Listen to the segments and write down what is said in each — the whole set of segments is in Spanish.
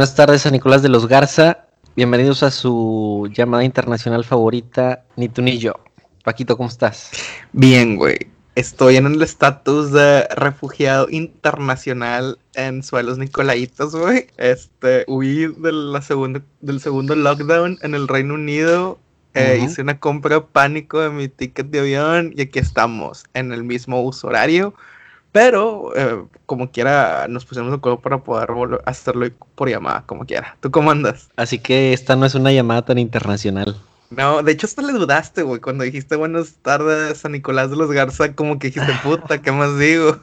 Buenas tardes, San Nicolás de los Garza. Bienvenidos a su llamada internacional favorita, Ni tú ni yo. Paquito, ¿cómo estás? Bien, güey. Estoy en el estatus de refugiado internacional en suelos nicolaitas, güey. Huí de del segundo lockdown en el Reino Unido. Hice una compra de pánico de mi ticket de avión y aquí estamos, en el mismo uso horario. Pero, como quiera, nos pusimos de acuerdo para poder hacerlo por llamada, como quiera. ¿Tú cómo andas? Así que esta no es una llamada tan internacional. No, de hecho hasta le dudaste, güey, cuando dijiste buenas tardes San Nicolás de los Garza, como que dijiste, puta, ¿qué más digo?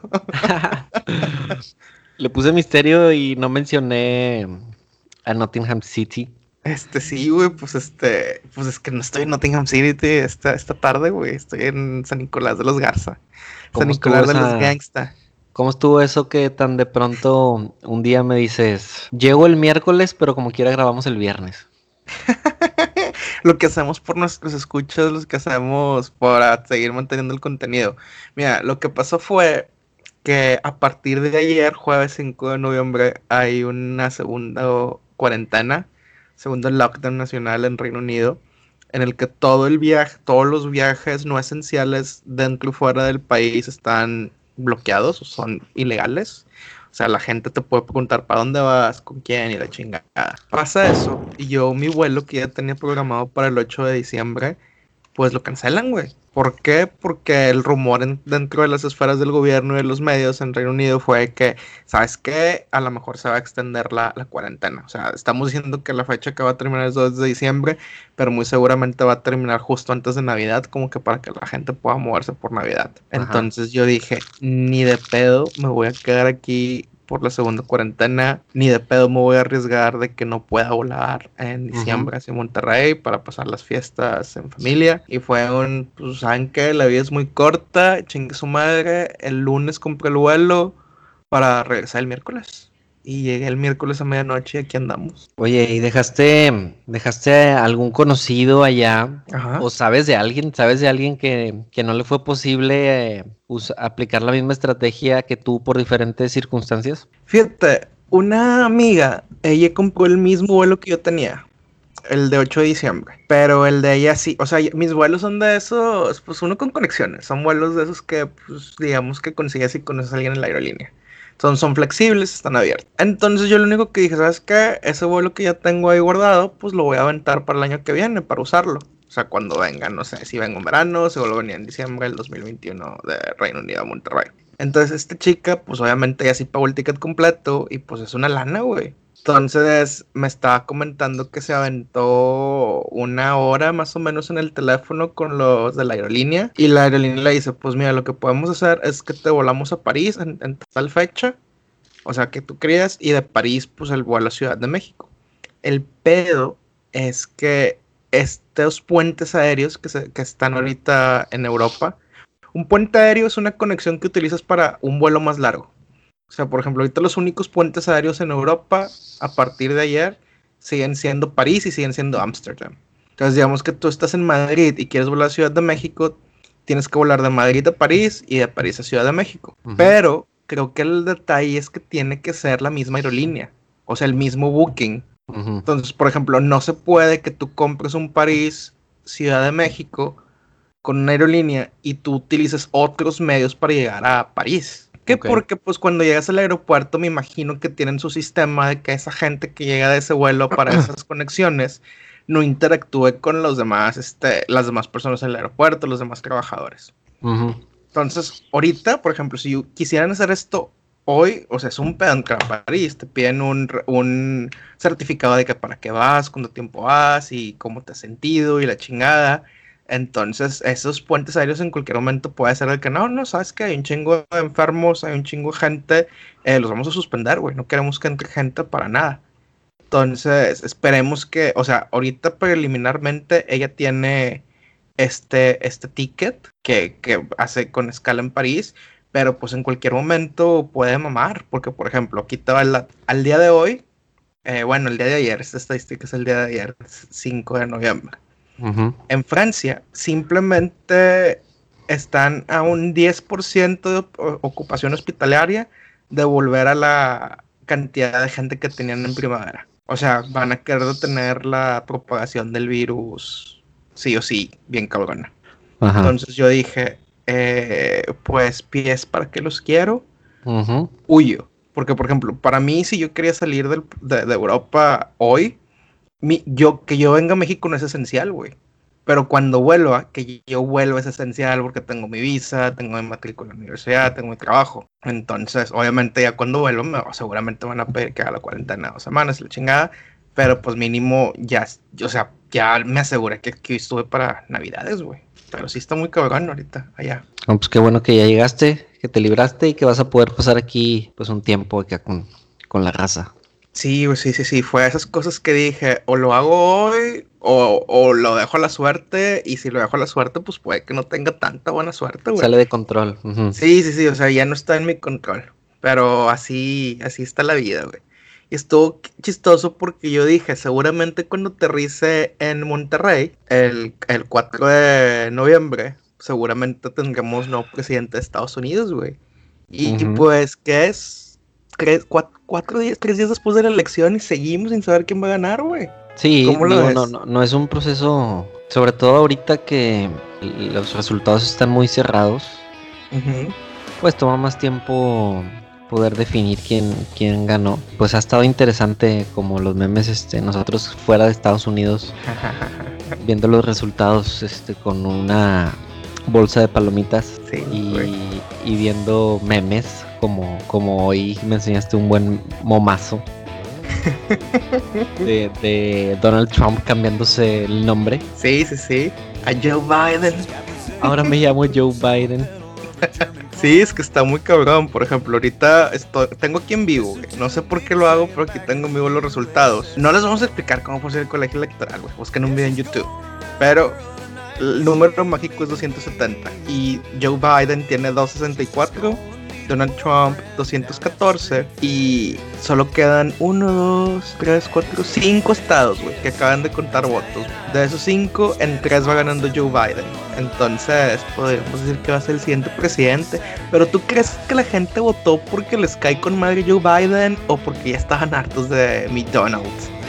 Le puse misterio y no mencioné a Nottingham City. Sí, güey, pues es que no estoy en Nottingham City esta tarde, güey, estoy en San Nicolás de los Garza, San ¿Cómo estuvo Nicolás de los esa... Gangsta. ¿Cómo estuvo eso que tan de pronto un día me dices, llego el miércoles, pero como quiera grabamos el viernes? Lo que hacemos por nuestros escuchas, lo que hacemos para seguir manteniendo el contenido. Mira, lo que pasó fue que a partir de ayer, jueves 5 de noviembre, hay una segunda cuarentena, segundo lockdown nacional en Reino Unido, en el que todos los viajes no esenciales dentro y fuera del país están bloqueados o son ilegales. O sea, la gente te puede preguntar para dónde vas, con quién y la chingada. Pasa eso y yo mi vuelo que ya tenía programado para el 8 de diciembre pues lo cancelan, güey. ¿Por qué? Porque el rumor dentro de las esferas del gobierno y de los medios en Reino Unido fue que, ¿sabes qué? A lo mejor se va a extender la cuarentena. O sea, estamos diciendo que la fecha que va a terminar es 2 de diciembre, pero muy seguramente va a terminar justo antes de Navidad, como que para que la gente pueda moverse por Navidad. Ajá. Entonces yo dije, ni de pedo me voy a quedar aquí por la segunda cuarentena, ni de pedo me voy a arriesgar de que no pueda volar en diciembre hacia Monterrey para pasar las fiestas en familia. Y fue pues saben que la vida es muy corta, chingue su madre, el lunes compré el vuelo para regresar el miércoles. Y llegué el miércoles a medianoche y aquí andamos. Oye, ¿y dejaste algún conocido allá? Ajá. ¿O sabes de alguien que no le fue posible aplicar la misma estrategia que tú por diferentes circunstancias? Fíjate, una amiga, ella compró el mismo vuelo que yo tenía. El de 8 de diciembre. Pero el de ella sí. O sea, mis vuelos son de esos. Pues uno con conexiones. Son vuelos de esos que, pues, digamos que consigues si conoces a alguien en la aerolínea. Son flexibles, están abiertos. Entonces yo lo único que dije, ¿sabes qué? Ese vuelo que ya tengo ahí guardado, pues lo voy a aventar para el año que viene, para usarlo. O sea, cuando venga, no sé, si vengo en verano, si vuelvo a venir en diciembre del 2021 de Reino Unido a Monterrey. Entonces esta chica, pues obviamente ya sí pagó el ticket completo y pues es una lana, güey. Entonces me estaba comentando que se aventó una hora más o menos en el teléfono con los de la aerolínea y la aerolínea le dice, pues mira, lo que podemos hacer es que te volamos a París en tal fecha, o sea, que tú querías, y de París pues el vuelo a Ciudad de México. El pedo es que estos puentes aéreos que están ahorita en Europa, un puente aéreo es una conexión que utilizas para un vuelo más largo. O sea, por ejemplo, ahorita los únicos puentes aéreos en Europa, a partir de ayer, siguen siendo París y siguen siendo Ámsterdam. Entonces, digamos que tú estás en Madrid y quieres volar a Ciudad de México, tienes que volar de Madrid a París y de París a Ciudad de México. Ujú. Pero creo que el detalle es que tiene que ser la misma aerolínea, o sea, el mismo booking. Ujú. Entonces, por ejemplo, no se puede que tú compres un París, Ciudad de México, con una aerolínea y tú utilices otros medios para llegar a París. ¿Qué? Ok. Porque pues cuando llegas al aeropuerto me imagino que tienen su sistema de que esa gente que llega de ese vuelo para esas conexiones no interactúe con los demás, las demás personas en el aeropuerto, los demás trabajadores. Ujú. Entonces, ahorita, por ejemplo, si quisieran hacer esto hoy, o sea, es un pedo entrar a París, te piden un certificado de que para qué vas, cuánto tiempo vas y cómo te has sentido y la chingada. Entonces, esos puentes aéreos en cualquier momento puede ser el que no, sabes que hay un chingo de enfermos, hay un chingo de gente, los vamos a suspender, güey, no queremos que entre gente para nada. Entonces, esperemos que, o sea, ahorita preliminarmente ella tiene este ticket que hace con escala en París, pero pues en cualquier momento puede mamar, porque por ejemplo, aquí te va al día de hoy, bueno, el día de ayer, esta estadística es el día de ayer, 5 de noviembre. Ujú. En Francia, simplemente están a un 10% de ocupación hospitalaria de volver a la cantidad de gente que tenían en primavera. O sea, van a querer detener la propagación del virus, sí o sí, bien cabrona. Ajá. Entonces yo dije, pues pies para que los quiero, Ujú. huyo. Porque, por ejemplo, para mí, si yo quería salir de Europa hoy, que yo venga a México no es esencial, güey. Pero cuando vuelva, que yo vuelva es esencial porque tengo mi visa, tengo mi matrícula en la universidad, tengo mi trabajo. Entonces, obviamente, ya cuando vuelva, seguramente van a pedir que haga la cuarentena de 2 semanas y la chingada. Pero pues mínimo ya, o sea, ya me aseguré que aquí estuve para Navidades, güey. Pero sí está muy cabrón ahorita, allá. No, pues qué bueno que ya llegaste, que te libraste y que vas a poder pasar aquí pues un tiempo acá con la raza. Sí, güey, sí, sí, sí. Fue esas cosas que dije, o lo hago hoy, o lo dejo a la suerte. Y si lo dejo a la suerte, pues puede que no tenga tanta buena suerte, güey. Sale de control. Ujú. Sí, sí, sí, o sea, ya no está en mi control. Pero así está la vida, güey. Y estuvo chistoso porque yo dije, seguramente cuando aterrice en Monterrey, el 4 de noviembre, seguramente tendremos nuevo presidente de Estados Unidos, güey. Y Ujú. pues, ¿qué es? 4 días, 3 días después de la elección y seguimos sin saber quién va a ganar, güey. Sí, ¿Cómo lo digo, no, ves? no, no es un proceso, sobre todo ahorita que los resultados están muy cerrados, Ujú. pues toma más tiempo poder definir quién ganó. Pues ha estado interesante como los memes, nosotros fuera de Estados Unidos, viendo los resultados, con una bolsa de palomitas Sí, güey. y viendo memes, como hoy me enseñaste un buen momazo de Donald Trump cambiándose el nombre. Sí, sí, sí. A Joe Biden. Ahora me llamo Joe Biden. Sí, es que está muy cabrón. Por ejemplo, ahorita tengo aquí en vivo, güey. No sé por qué lo hago, pero aquí tengo en vivo los resultados. No les vamos a explicar cómo funciona el colegio electoral, güey. Busquen un video en YouTube. Pero el número mágico es 270. Y Joe Biden tiene 264. Donald Trump 214. Y solo quedan 1, 2, 3, 4, 5 estados, güey, que acaban de contar votos. De esos 5, en 3 va ganando Joe Biden. Entonces, podríamos decir que va a ser el siguiente presidente. Pero ¿tú crees que la gente votó porque les cae con madre Joe Biden o porque ya estaban hartos de mi Donald?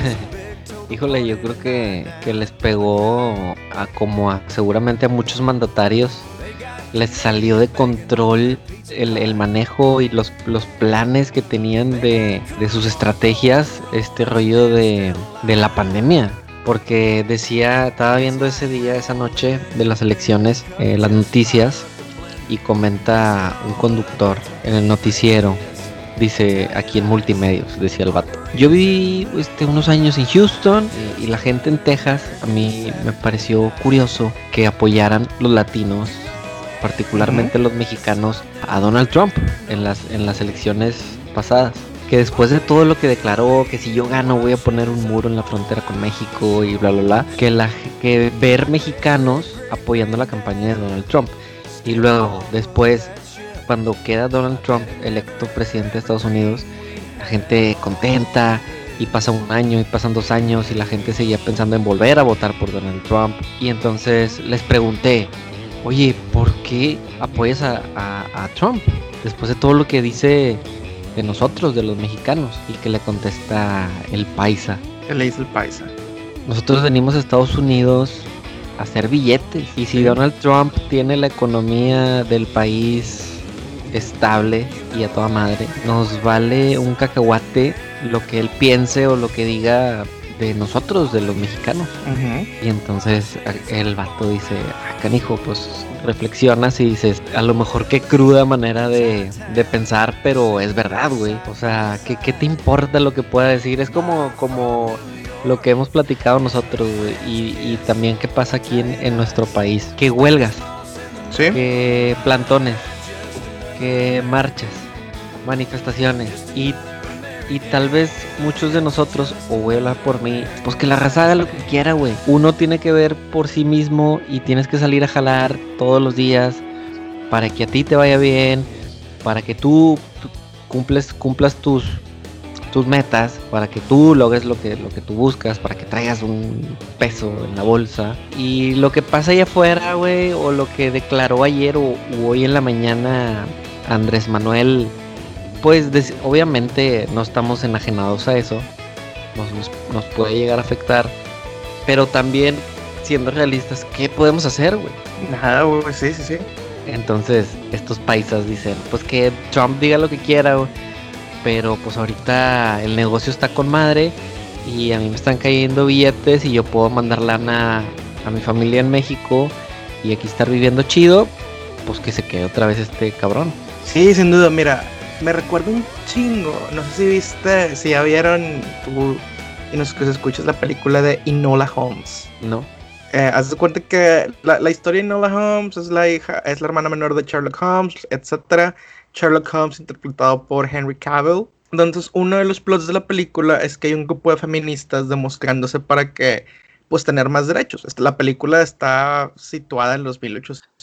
Híjole, yo creo que les pegó seguramente a muchos mandatarios. Les salió de control el manejo y los planes que tenían de sus estrategias, este rollo de la pandemia. Porque estaba viendo ese día, esa noche de las elecciones, las noticias, y comenta un conductor en el noticiero, dice, aquí en Multimedios, decía el vato. Yo viví unos años en Houston y la gente en Texas, a mí me pareció curioso que apoyaran los latinos, particularmente los mexicanos, a Donald Trump en las elecciones pasadas. Que después de todo lo que declaró, que si yo gano voy a poner un muro en la frontera con México y bla bla bla, que ver mexicanos apoyando la campaña de Donald Trump. Y luego, después, cuando queda Donald Trump electo presidente de Estados Unidos, la gente contenta, y pasa un año y pasan 2 años y la gente seguía pensando en volver a votar por Donald Trump. Y entonces les pregunté, oye, ¿por qué apoyas a Trump? Después de todo lo que dice de nosotros, de los mexicanos. Y que le contesta el paisa. ¿Qué le dice el paisa? Nosotros venimos a Estados Unidos a hacer billetes. Y si Donald Trump tiene la economía del país estable y a toda madre, nos vale un cacahuate lo que él piense o lo que diga de nosotros, de los mexicanos. Y entonces el vato dice, canijo, pues reflexionas y dices, a lo mejor qué cruda manera de pensar, pero es verdad, güey. O sea, ¿qué te importa lo que pueda decir? Es como lo que hemos platicado nosotros, güey, y también qué pasa aquí en nuestro país. Que huelgas, ¿sí? Que plantones, que marchas, manifestaciones, y tal vez muchos de nosotros, o voy a hablar por mí, pues que la raza haga lo que quiera, güey. Uno tiene que ver por sí mismo y tienes que salir a jalar todos los días para que a ti te vaya bien, para que tú cumplas tus metas, para que tú logres lo que tú buscas, para que traigas un peso en la bolsa. Y lo que pasa allá afuera, güey, o lo que declaró ayer o hoy en la mañana Andrés Manuel, pues obviamente no estamos enajenados a eso, nos puede llegar a afectar. Pero también, siendo realistas, ¿qué podemos hacer, güey? Nada, güey, sí. Entonces, estos paisas dicen, pues que Trump diga lo que quiera, güey. Pero pues ahorita el negocio está con madre y a mí me están cayendo billetes y yo puedo mandar lana a mi familia en México y aquí estar viviendo chido, pues que se quede otra vez este cabrón. Sí, sin duda, mira, me recuerda un chingo, no sé si viste, si ya vieron tú y nos escuchas la película de Enola Holmes. No. Haz de cuenta que la historia de Enola Holmes es la hermana menor de Sherlock Holmes, etcétera. Sherlock Holmes interpretado por Henry Cavill. Entonces, uno de los plots de la película es que hay un grupo de feministas demostrándose para que, pues, tener más derechos. La película está situada en los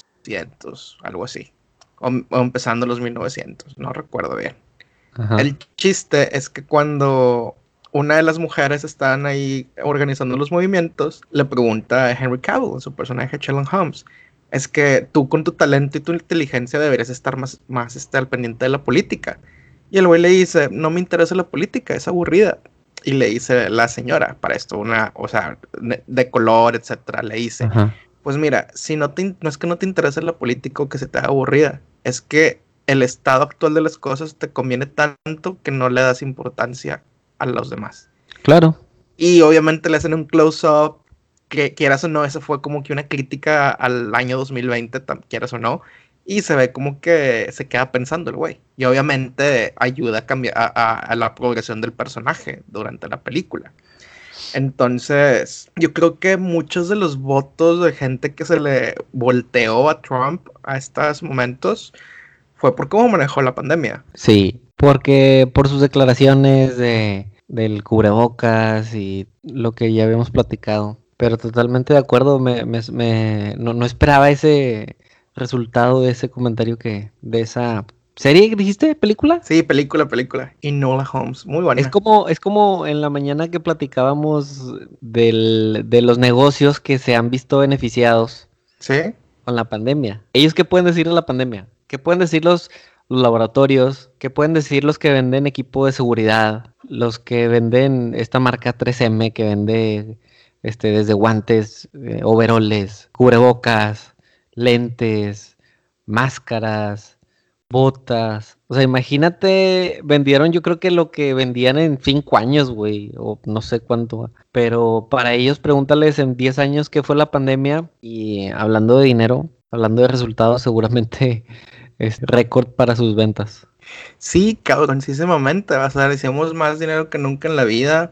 1800, algo así. O empezando los 1900, no recuerdo bien. Ajá. El chiste es que cuando una de las mujeres estaban ahí organizando los movimientos, le pregunta a Henry Cavill, su personaje Sherlock Holmes, es que tú con tu talento y tu inteligencia deberías estar más al pendiente de la política. Y el güey le dice, no me interesa la política, es aburrida. Y le dice la señora, para esto, o sea, de color, etcétera, le dice, Ajá. pues mira, si no es que no te interese la política o que se te haga aburrida, es que el estado actual de las cosas te conviene tanto que no le das importancia a los demás. Claro. Y obviamente le hacen un close-up, que quieras o no, eso fue como que una crítica al año 2020, quieras o no, y se ve como que se queda pensando el güey. Y obviamente ayuda a cambiar a la progresión del personaje durante la película. Entonces, yo creo que muchos de los votos de gente que se le volteó a Trump a estos momentos fue por cómo manejó la pandemia. Sí, porque por sus declaraciones del cubrebocas y lo que ya habíamos platicado. Pero totalmente de acuerdo, no esperaba ese resultado de ese comentario de esa serie, ¿dijiste? ¿Película? Sí, película. Y Enola Holmes, muy buena. Es como en la mañana que platicábamos de los negocios que se han visto beneficiados Sí. con la pandemia. ¿Ellos qué pueden decir de la pandemia? ¿Qué pueden decir los laboratorios? ¿Qué pueden decir los que venden equipo de seguridad? Los que venden esta marca 3M que vende desde guantes, overoles, cubrebocas, lentes, máscaras, botas. O sea, imagínate, vendieron yo creo que lo que vendían en 5 años, güey, o no sé cuánto. Pero para ellos, pregúntales en 10 años qué fue la pandemia y hablando de dinero, hablando de resultados, seguramente es récord para sus ventas. Sí, cabroncísimamente. O sea, hicimos más dinero que nunca en la vida.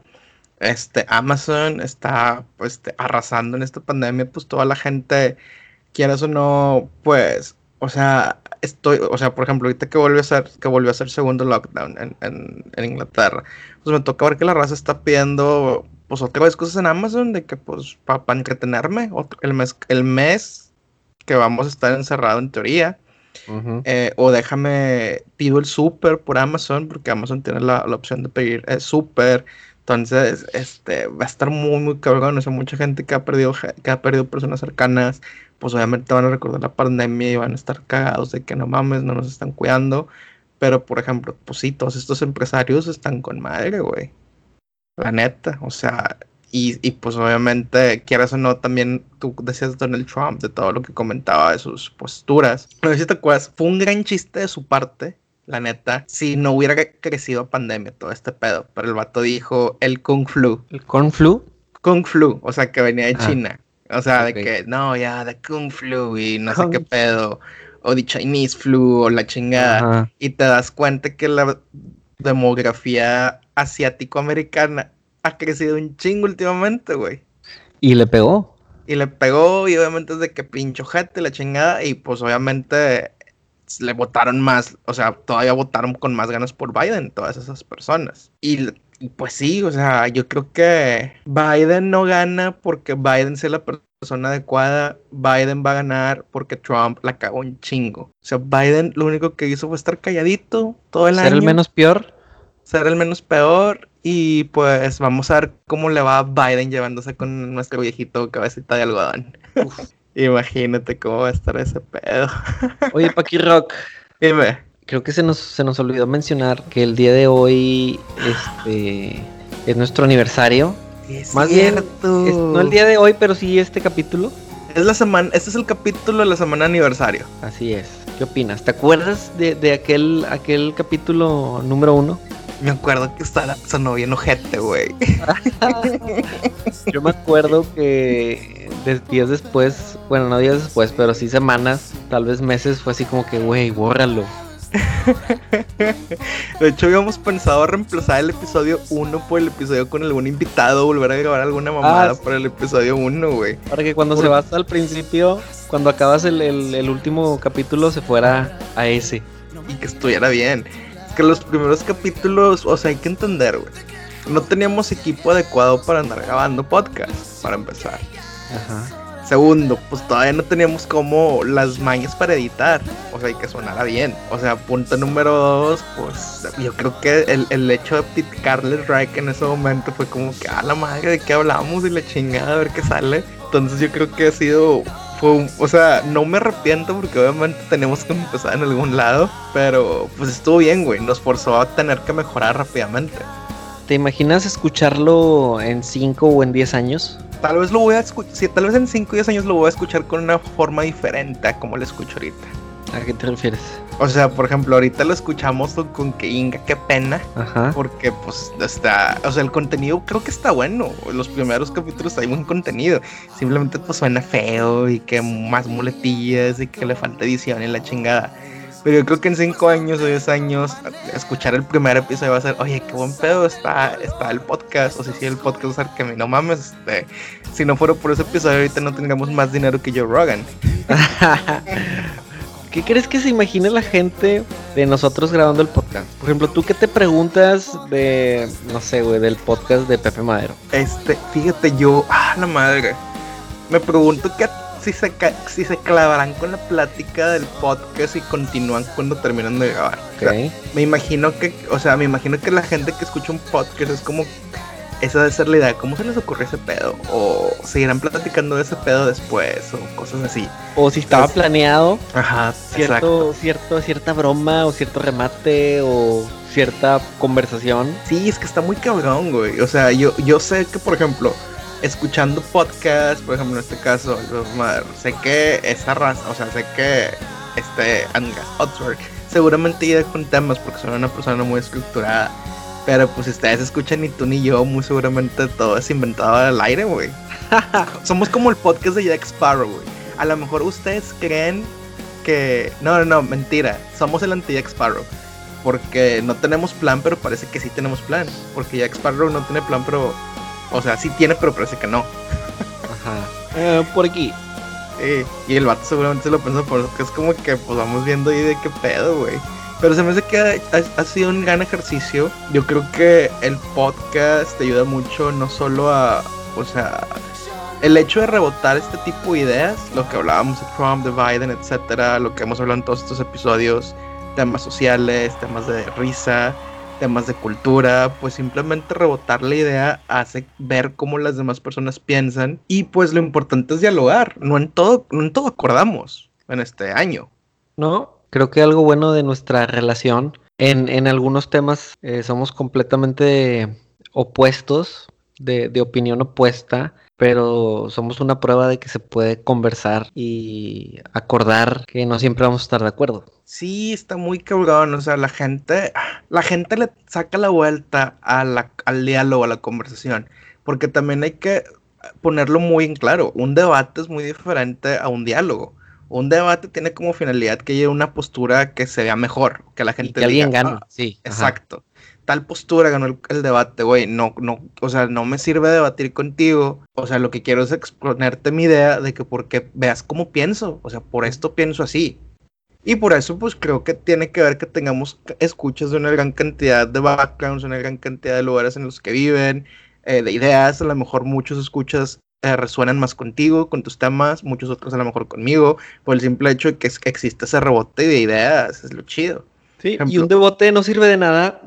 Amazon está pues, arrasando en esta pandemia, pues toda la gente, quieras o no, pues, o sea, por ejemplo, ahorita que volvió a ser segundo lockdown en Inglaterra, pues me toca ver que la raza está pidiendo, pues otra vez cosas en Amazon, de que pues para entretenerme, el mes que vamos a estar encerrado en teoría. Ujú. O pido el súper por Amazon, porque Amazon tiene la opción de pedir súper. Entonces, va a estar muy, muy cabrón. O sea, mucha gente que ha perdido personas cercanas, pues obviamente van a recordar la pandemia y van a estar cagados de que no mames, no nos están cuidando. Pero, por ejemplo, pues sí, todos estos empresarios están con madre, güey. La neta, o sea, y pues obviamente, quieras o no, también tú decías Donald Trump, de todo lo que comentaba de sus posturas. No sé si te acuerdas, fue un gran chiste de su parte, la neta, si no hubiera crecido pandemia, todo este pedo. Pero el vato dijo el Kung Flu. ¿El corn flu? Kung Flu, o sea, que venía de Ah, China. O sea, de ok. que, no, ya, de Kung Flu y no sé qué Kung- pedo. O de Chinese Flu o la chingada. Ajá. Y te das cuenta que la demografía asiático-americana ha crecido un chingo últimamente, güey. ¿Y le pegó? Y le pegó, y obviamente es de que pincho gente, la chingada, y pues obviamente le votaron más, o sea, todavía votaron con más ganas por Biden, todas esas personas. Y pues sí, o sea, yo creo que Biden no gana porque Biden sea la persona adecuada, Biden va a ganar porque Trump la cagó un chingo. O sea, Biden lo único que hizo fue estar calladito todo el ¿Ser el año, menos peor? ser el menos peor. Y pues vamos a ver cómo le va a Biden llevándose con nuestro viejito cabecita de algodón. Uf. Imagínate cómo va a estar ese pedo. Oye, Paqui Rock, Dime. creo que se nos olvidó mencionar que el día de hoy, Es nuestro aniversario. Es Más cierto. bien, no el día de hoy, pero sí este capítulo. Es la semana, este es el capítulo de la semana aniversario. Así es. ¿Qué opinas? ¿Te acuerdas de aquel capítulo número 1? Me acuerdo que sonó bien ojete, güey. Yo me acuerdo que días después, bueno, no días después, pero sí semanas, tal vez meses, fue así como que, güey, bórralo. De hecho, habíamos pensado reemplazar el episodio 1 por el episodio con algún invitado, volver a grabar alguna mamada Sí. para el episodio 1, güey. Para que cuando se vas al principio, cuando acabas el último capítulo, se fuera a ese. Y que estuviera bien. Es que los primeros capítulos, o sea, hay que entender, güey. No teníamos equipo adecuado para andar grabando podcast, para empezar. Ajá. Segundo, pues todavía no teníamos como las mañas para editar, o sea, y que sonara bien. O sea, punto número 2, pues yo creo que el hecho de picarle Reich en ese momento fue como que, la madre, ¿de qué hablamos? Y la chingada, a ver qué sale. Entonces yo creo que o sea, no me arrepiento porque obviamente tenemos que empezar en algún lado, pero pues estuvo bien, güey, nos forzó a tener que mejorar rápidamente. ¿Te imaginas escucharlo en 5 o en 10 años? Tal vez lo voy a escuchar, sí, tal vez en 5 o 10 años lo voy a escuchar con una forma diferente a como lo escucho ahorita. ¿A qué te refieres? O sea, por ejemplo, ahorita lo escuchamos con que Inga, qué pena. Ajá. Porque pues está, o sea, el contenido creo que está bueno. Los primeros capítulos hay buen contenido. Simplemente pues suena feo y que más muletillas y que le falta edición y la chingada. Pero yo creo que en 5 años o 10 años, escuchar el primer episodio va a ser, oye, qué buen pedo está el podcast. O sea, si el podcast va a ser que no mames, si no fuera por ese episodio, ahorita no tendríamos más dinero que Joe Rogan. ¿Qué crees que se imagina la gente de nosotros grabando el podcast? Por ejemplo, ¿tú qué te preguntas de, no sé, güey, del podcast de Pepe Madero? Fíjate, yo, la madre, me pregunto que si se clavarán con la plática del podcast y continúan cuando terminan de grabar. Okay. O sea, me imagino que la gente que escucha un podcast es como, esa debe ser la idea, ¿cómo se les ocurre ese pedo? O seguirán platicando de ese pedo después, o cosas así. O si estaba planeado, Ajá, cierta broma, o cierto remate, o cierta conversación. Sí, es que está muy cabrón, güey. O sea, yo sé que, por ejemplo, escuchando podcast, por ejemplo, en este caso, sé que esa raza, o sea, sé que Angas Oxford seguramente llega con temas porque son una persona muy estructurada. Pero pues ustedes escuchan ni tú ni yo, muy seguramente todo es inventado al aire, güey. Somos como el podcast de Jack Sparrow, güey. A lo mejor ustedes creen que... No, mentira. Somos el anti-Jack Sparrow. Porque no tenemos plan, pero parece que sí tenemos plan. Porque Jack Sparrow no tiene plan, pero... O sea, sí tiene, pero parece que no. Ajá. Por aquí. Y el vato seguramente se lo piensa por eso, que es como que pues vamos viendo ahí de qué pedo, güey. Pero se me hace que ha sido un gran ejercicio. Yo creo que el podcast te ayuda mucho, no solo a, o sea, el hecho de rebotar este tipo de ideas, lo que hablábamos de Trump, de Biden, etcétera, lo que hemos hablado en todos estos episodios, temas sociales, temas de risa, temas de cultura, pues simplemente rebotar la idea hace ver cómo las demás personas piensan y pues lo importante es dialogar, no en todo acordamos en este año. No, creo que algo bueno de nuestra relación, en algunos temas somos completamente opuestos, de opinión opuesta, pero somos una prueba de que se puede conversar y acordar que no siempre vamos a estar de acuerdo. Sí, está muy cabrón, o sea, la gente le saca la vuelta al diálogo, a la conversación, porque también hay que ponerlo muy en claro, un debate es muy diferente a un diálogo. Un debate tiene como finalidad que haya una postura que se vea mejor, que la gente y que alguien diga, gane, sí. exacto, tal postura ganó el debate, güey, no, o sea, no me sirve debatir contigo, o sea, lo que quiero es exponerte mi idea de que porque veas cómo pienso, o sea, por esto pienso así. Y por eso, pues creo que tiene que ver que tengamos escuchas de una gran cantidad de backgrounds, una gran cantidad de lugares en los que viven, de ideas. A lo mejor muchos escuchas resuenan más contigo, con tus temas, muchos otros a lo mejor conmigo, por el simple hecho de que existe ese rebote de ideas, es lo chido. Sí, y un debate no sirve de nada,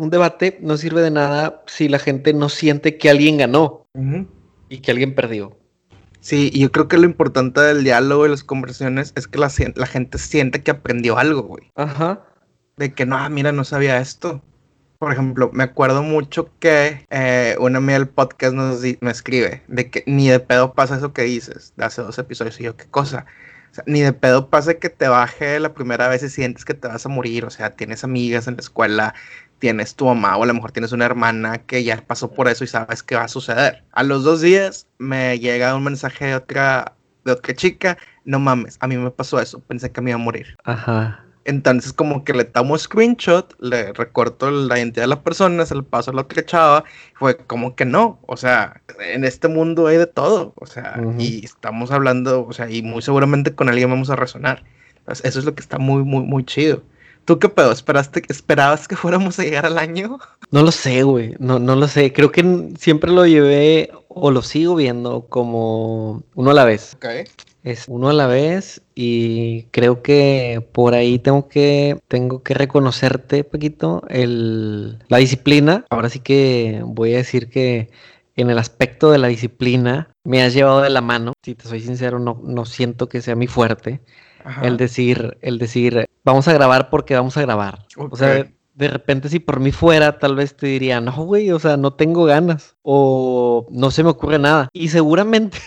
si la gente no siente que alguien ganó y que alguien perdió. Sí, y yo creo que lo importante del diálogo y las conversaciones es que la gente siente que aprendió algo, güey. Ajá. De que, no, mira, no sabía esto. Por ejemplo, me acuerdo mucho que una amiga del podcast me escribe de que ni de pedo pasa eso que dices de hace 2 episodios. Y yo, ¿qué cosa? O sea, ni de pedo pasa que te baje la primera vez y sientes que te vas a morir. O sea, tienes amigas en la escuela, tienes tu mamá o a lo mejor tienes una hermana que ya pasó por eso y sabes qué va a suceder. A los 2 días me llega un mensaje de otra chica. No mames, a mí me pasó eso. Pensé que me iba a morir. Ajá. Entonces como que le tomo screenshot, le recorto la identidad de la persona, se lo paso a la otra chava, fue como que no, o sea, en este mundo hay de todo, o sea, Ujú. y estamos hablando, o sea, y muy seguramente con alguien vamos a resonar. Entonces, eso es lo que está muy, muy, muy chido. ¿Tú qué pedo? ¿Esperabas que fuéramos a llegar al año? No lo sé, güey. No lo sé. Creo que siempre lo llevé o lo sigo viendo como uno a la vez. Ok. Es uno a la vez y creo que por ahí tengo que reconocerte, Paquito, la disciplina. Ahora sí que voy a decir que en el aspecto de la disciplina me has llevado de la mano. Si te soy sincero, no siento que sea mi fuerte. Ajá. El decir, vamos a grabar porque vamos a grabar. O Ok. sea, de repente si por mí fuera, tal vez te diría, no, güey, o sea, no tengo ganas o no se me ocurre nada. Y seguramente,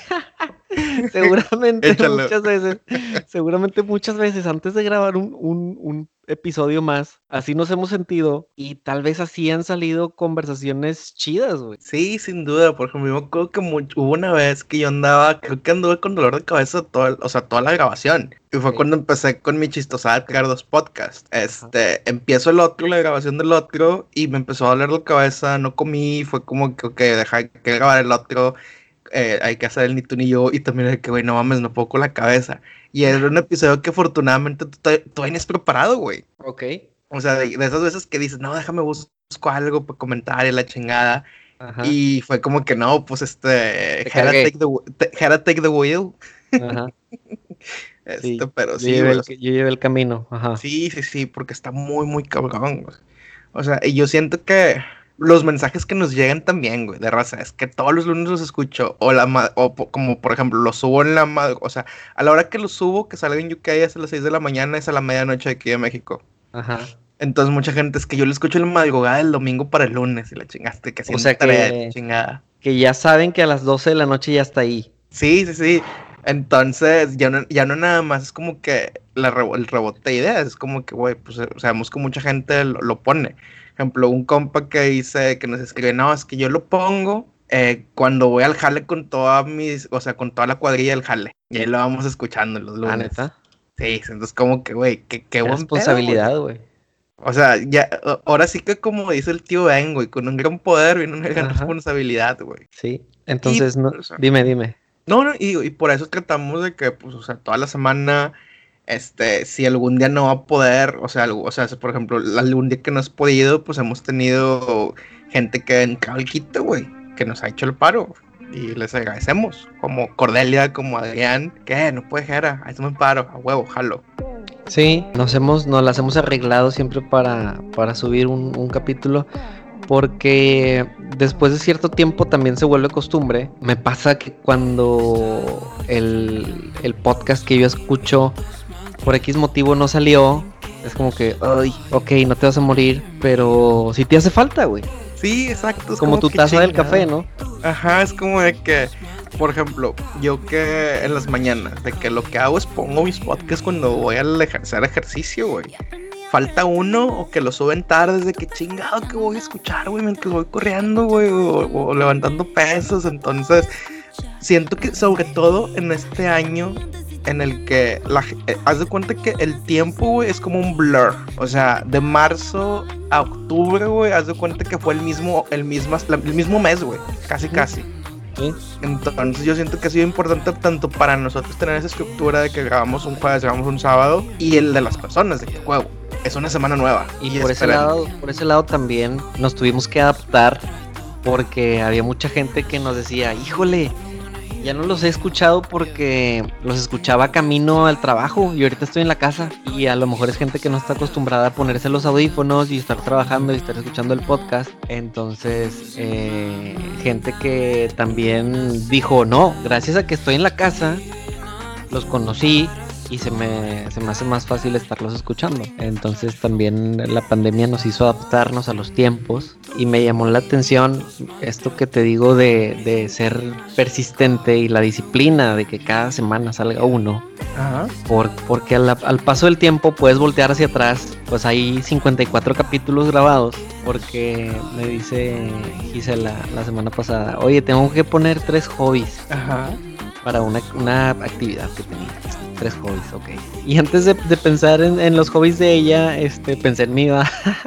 seguramente Échalo. seguramente muchas veces antes de grabar un episodio más, así nos hemos sentido y tal vez así han salido conversaciones chidas, güey. Sí, sin duda, por ejemplo, yo me acuerdo que hubo una vez que yo andaba, creo que anduve con dolor de cabeza o sea, toda la grabación. Y fue Ok. cuando empecé con mi chistosada de crear 2 podcasts. Ajá. Empiezo la grabación del otro, y me empezó a doler la cabeza, no comí, fue como que, ok, deja que grabar el otro, hay que hacer el ni tú ni yo, y también de que, güey, no mames, no puedo con la cabeza. Y era un episodio que afortunadamente tú vienes preparado, güey. Ok. O sea, de esas veces que dices, no, déjame busco algo para comentar y la chingada. Ajá. Y fue como que no, pues Te cargué. Gotta take the wheel. Ajá. Sí, Pero sí, güey. O sea, yo llevé el camino. Ajá. sí, sí, sí, porque está muy, muy cabrón, güey. O sea, y yo siento que los mensajes que nos llegan también, güey, de raza, es que todos los lunes los escucho, como por ejemplo, los subo o sea, a la hora que los subo, que salga en UK es a las 6 de la mañana, es a la medianoche aquí de México. Ajá. Entonces mucha gente es que yo lo escucho en la madrugada del domingo para el lunes y la chingaste, que O haciendo sea tarea y la chingada. que ya saben que a las 12 de la noche ya está ahí. Sí, sí, sí. Entonces, ya no nada más es como que el rebote de ideas, es como que, güey, pues sabemos que mucha gente lo pone. Por ejemplo, un compa que dice, que nos escribe, no, es que yo lo pongo cuando voy al jale con o sea, con toda la cuadrilla del jale. Y ahí lo vamos escuchando los Ah, lunes. neta. Sí, entonces como que, güey, qué Qué buen pedo, güey. responsabilidad, güey. O sea, ya, ahora sí que como dice el tío Ben, güey, con un gran poder viene una gran Ajá. responsabilidad, güey. Sí. Y, Entonces, no, o sea, dime. no, no, y por eso tratamos de que, pues, o sea, toda la semana, si algún día no va a poder, o sea, o sea, si, por ejemplo, algún día que no has podido, pues hemos tenido gente que ha entrado al quito, güey, que nos ha hecho el paro. Y les agradecemos, como Cordelia, como Adrián, que no puede, Jera, ahí me paro, a huevo, jalo. Sí, nos las hemos arreglado siempre para subir un capítulo. Porque después de cierto tiempo también se vuelve costumbre. Me pasa que cuando el podcast que yo escucho por X motivo no salió, es como que, ay, ok, no te vas a morir, pero sí te hace falta, güey. Sí, exacto, es Como como tu que taza del chingada. café, ¿no? Ajá, es como de que, por ejemplo, yo que en las mañanas, de que lo que hago es pongo mis podcasts cuando voy a hacer ejercicio, güey. Falta uno o que lo suben tarde, de que chingado que voy a escuchar, güey, mientras voy corriendo, güey, o levantando pesos. Entonces, siento que sobre todo en este año en el que haz de cuenta que el tiempo, güey, es como un blur. O sea, de marzo a octubre, güey, haz de cuenta que fue el mismo mes, güey. Casi, Ujú. casi. Sí. Entonces yo siento que ha sido importante tanto para nosotros tener esa estructura de que grabamos un jueves, grabamos un sábado, y el de las personas, de que, juego, es una semana nueva. Y Y por esperemos. ese lado también nos tuvimos que adaptar porque había mucha gente que nos decía, híjole, ya no los he escuchado porque los escuchaba camino al trabajo y ahorita estoy en la casa y a lo mejor es gente que no está acostumbrada a ponerse los audífonos y estar trabajando y estar escuchando el podcast. Entonces, gente que también dijo, no, gracias a que estoy en la casa, los conocí y se me hace más fácil estarlos escuchando. Entonces también la pandemia nos hizo adaptarnos a los tiempos y me llamó la atención esto que te digo de ser persistente y la disciplina de que cada semana salga uno. Ajá. Porque al paso del tiempo puedes voltear hacia atrás, pues hay 54 capítulos grabados, porque me dice Gisela la semana pasada, oye, tengo que poner 3 hobbies. Ajá. Para una actividad que tenía. 3 hobbies, ok. Y antes de pensar en los hobbies de ella, pensé en mí, va.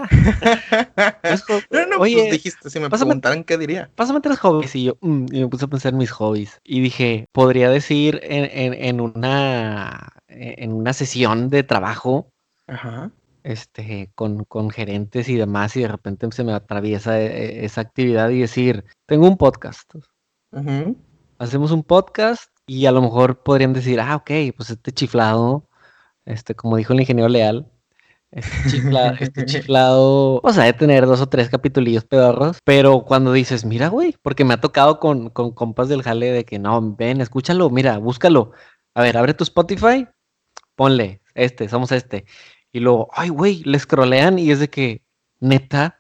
No, Oye, pues dijiste, si me pásame, preguntaran qué diría. pásame 3 hobbies. Y yo, y me puse a pensar en mis hobbies. Y dije, podría decir en una sesión de trabajo, Ajá. con gerentes y demás, y de repente se me atraviesa esa actividad y decir, tengo un podcast. Ujú. Hacemos un podcast y a lo mejor podrían decir, ok, pues este chiflado, como dijo el ingeniero Leal, este chiflado, pues ha de tener 2 o 3 capitulillos pedorros, pero cuando dices, mira, güey, porque me ha tocado con compas del jale de que no, ven, escúchalo, mira, búscalo. A ver, abre tu Spotify, ponle, somos y luego, ay, güey, le scrollean y es de que, neta,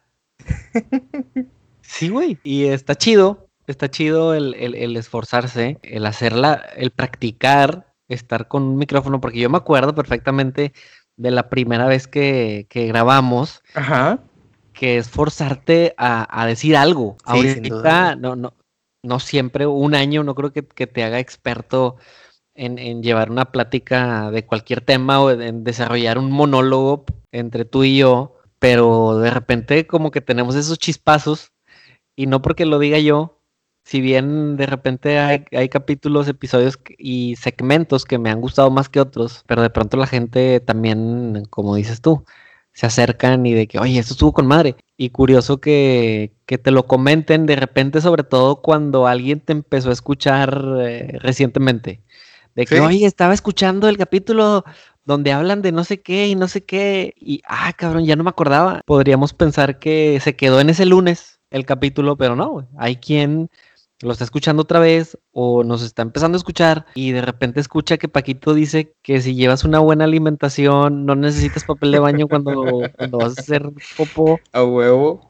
sí, güey. Y está chido el esforzarse, el hacerla, el practicar, estar con un micrófono, porque yo me acuerdo perfectamente de la primera vez que grabamos, Ajá. que es forzarte a decir algo. Sí, sin duda, güey. Ahorita no siempre, un año no creo que te haga experto en llevar una plática de cualquier tema o en desarrollar un monólogo entre tú y yo, pero de repente como que tenemos esos chispazos y no porque lo diga yo, si bien de repente hay capítulos, episodios y segmentos que me han gustado más que otros, pero de pronto la gente también, como dices tú, se acercan y de que, oye, esto estuvo con madre. Y curioso que te lo comenten de repente, sobre todo cuando alguien te empezó a escuchar recientemente. De que, Sí. oye, estaba escuchando el capítulo donde hablan de no sé qué y no sé qué. Y, cabrón, ya no me acordaba. Podríamos pensar que se quedó en ese lunes el capítulo, pero no, güey. Hay quien lo está escuchando otra vez o nos está empezando a escuchar y de repente escucha que Paquito dice que si llevas una buena alimentación no necesitas papel de baño cuando vas a hacer popó, A huevo.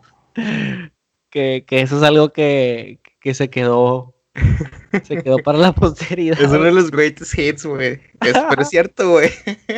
que eso es algo que se quedó para la Es posteridad, uno de los greatest hits, güey. Pero es cierto, güey.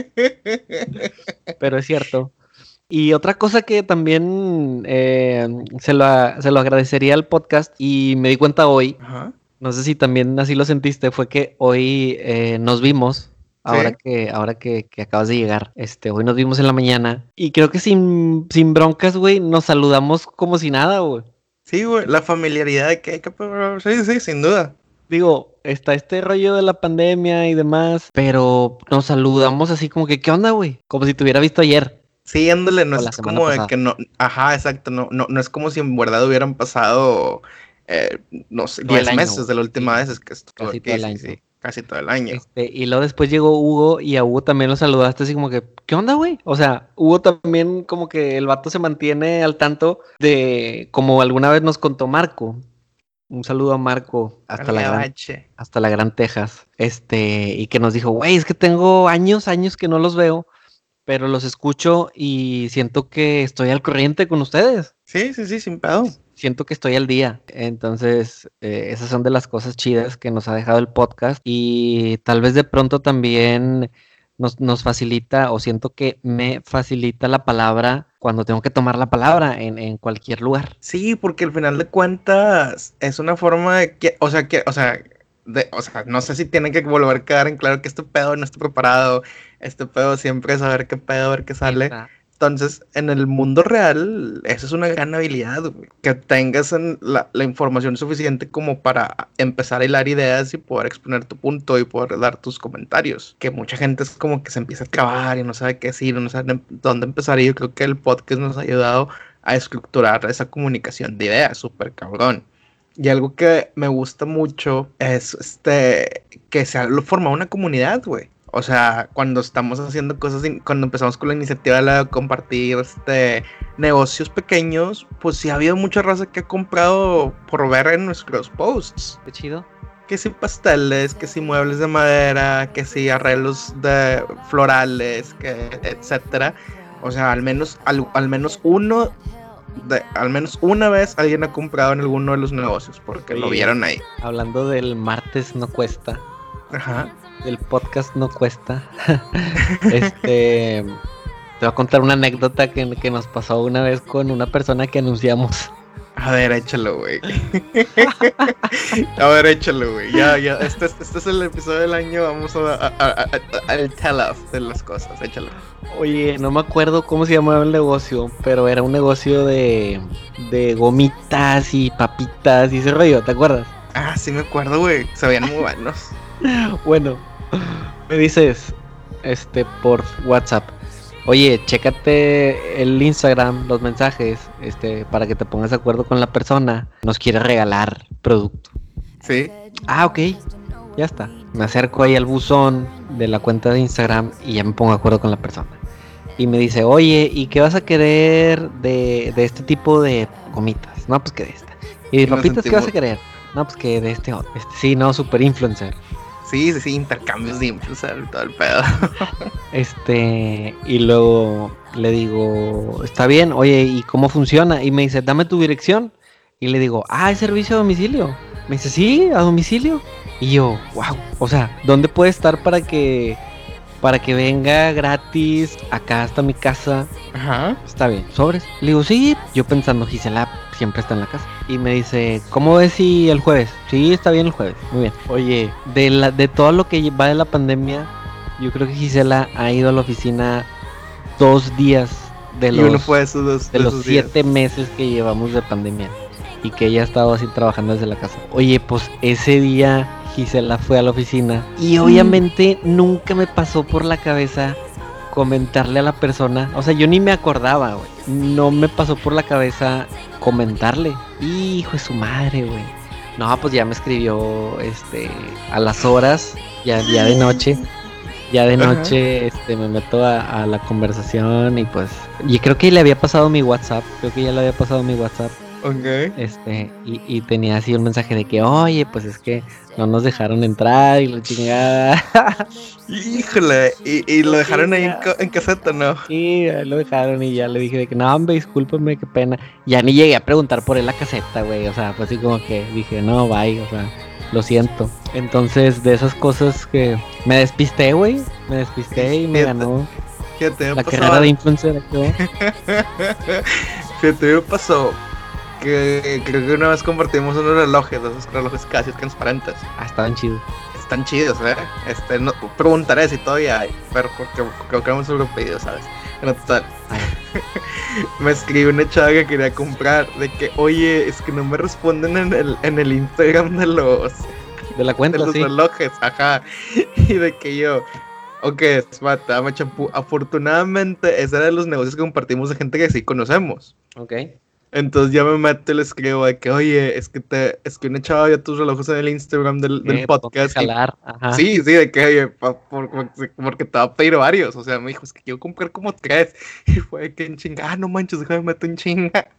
pero es cierto. Y otra cosa que también se lo agradecería al podcast y me di cuenta hoy, Ajá. no sé si también así lo sentiste, fue que hoy nos vimos, ahora Sí. que acabas de llegar, hoy nos vimos en la mañana y creo que sin broncas, güey, nos saludamos como si nada, güey. Sí, güey. La familiaridad de que hay que... Sí, sí, sin duda. Digo, está este rollo de la pandemia y demás, pero nos saludamos así como que, ¿qué onda, güey? Como si te hubiera visto ayer Sí, ándale, no o la es semana como de pasada. que no, ajá, exacto, no es como si en verdad hubieran pasado, no sé, Todo el 10 año, meses güey. de la última Sí, vez que estuve casi todo aquí, el sí, año. sí, casi todo el año. Y luego después llegó Hugo y a Hugo también lo saludaste así como que, ¿qué onda, güey? O sea, Hugo también como que el vato se mantiene al tanto de, como alguna vez nos contó Marco. Un saludo a Marco Al gabache. hasta la Gran Texas. Y que nos dijo, güey, es que tengo años que no los veo, pero los escucho y siento que estoy al corriente con ustedes. Sí, sí, sí, sin pedo. Siento que estoy al día. Entonces, esas son de las cosas chidas que nos ha dejado el podcast y tal vez de pronto también nos facilita o siento que me facilita la palabra cuando tengo que tomar la palabra en cualquier lugar. Sí, porque al final de cuentas es una forma de no sé si tienen que volver a quedar en claro que este pedo no está preparado, este pedo siempre es saber qué pedo, a ver qué sale. Esa. Entonces, en el mundo real, eso es una gran habilidad, güey, que tengas la información suficiente como para empezar a hilar ideas y poder exponer tu punto y poder dar tus comentarios. Que mucha gente es como que se empieza a clavar y no sabe qué decir, no sabe dónde empezar. Y yo creo que el podcast nos ha ayudado a estructurar esa comunicación de ideas, súper cabrón. Y algo que me gusta mucho es que se ha formado una comunidad, güey. O sea, cuando estamos haciendo cosas, cuando empezamos con la iniciativa de compartir negocios pequeños, pues sí ha habido mucha raza que ha comprado por ver en nuestros posts. Qué chido. que si pasteles, que si muebles de madera, que si arreglos de florales, que etcétera. O sea, al menos una vez alguien ha comprado en alguno de los negocios porque lo vieron ahí. Hablando del martes no cuesta. Ajá. Del podcast no cuesta. Te voy a contar una anécdota que nos pasó una vez con una persona que anunciamos. A ver, échalo, güey. A ver, échalo, güey. Ya. Este es el episodio del año. Vamos al tell-off de las cosas. Échalo. Oye, no me acuerdo cómo se llamaba el negocio, pero era un negocio de gomitas y papitas y ese rollo, ¿te acuerdas? Ah, sí me acuerdo, güey. Se veían muy buenos. Bueno, me dices, por WhatsApp. Oye, chécate el Instagram, los mensajes, para que te pongas de acuerdo con la persona. Nos quiere regalar producto. Sí. Ah, ok. Ya está. Me acerco ahí al buzón de la cuenta de Instagram y ya me pongo de acuerdo con la persona. Y me dice, oye, ¿y qué vas a querer de este tipo de gomitas? No, pues que de esta. ¿Y de papitas qué vas a querer? No, pues que de este otro. Sí, no, super influencer. Sí, intercambios de influencer y todo el pedo. Y luego le digo, está bien, oye, ¿y cómo funciona? Y me dice, dame tu dirección. Y le digo, ¿es servicio a domicilio? Me dice, sí, a domicilio. Y yo, wow, o sea, ¿dónde puede estar para que venga gratis acá hasta mi casa? Ajá. Está bien, sobres. Le digo, sí, yo pensando, Gisela siempre está en la casa. Y me dice, ¿cómo ves si el jueves? Sí, está bien el jueves, muy bien. Oye, de todo lo que va de la pandemia, yo creo que Gisela ha ido a la oficina 2 días de los 7 meses que llevamos de pandemia. Y que ella ha estado así trabajando desde la casa. Oye, pues ese día Gisela fue a la oficina y obviamente nunca me pasó por la cabeza comentarle a la persona. O sea, yo ni me acordaba, güey. No me pasó por la cabeza comentarle. Hijo de su madre, güey. No, pues ya me escribió a las horas, ya de noche. Ya de noche me meto a la conversación y pues... Y creo que le había pasado mi WhatsApp. Okay. Y tenía así un mensaje de que, oye, pues es que no nos dejaron entrar y la chingada. Híjole, y lo dejaron ahí en caseta, ¿no? Sí, lo dejaron y ya le dije de que, no, hombre, discúlpeme, qué pena. Ya ni llegué a preguntar por él la caseta, güey, o sea, fue así como que dije, no, bye, o sea, lo siento. Entonces, de esas cosas que me despisté, güey, y me ganó la carrera de influencer. Fíjate, me pasó que creo que una vez compartimos unos relojes, de esos relojes casi transparentes. Estaban chidos. Están chidos, no, preguntaré si todavía hay, pero porque creo que hemos europeo, ¿sabes? No, total. Me escribió una chava que quería comprar, de que, oye, es que no me responden en el Instagram de la cuenta, de los relojes, ajá. Y de que yo, ok, espata, champú. Afortunadamente, ese era de los negocios que compartimos de gente que sí conocemos. Ok. Entonces ya me meto y le escribo de que, oye, es que una chava vio tus relojes en el Instagram del podcast. Ajá. Sí, de que, oye, porque te va a pedir varios. O sea, me dijo, es que quiero comprar como 3. Y fue de que en chinga, no manches, déjame meter en chinga.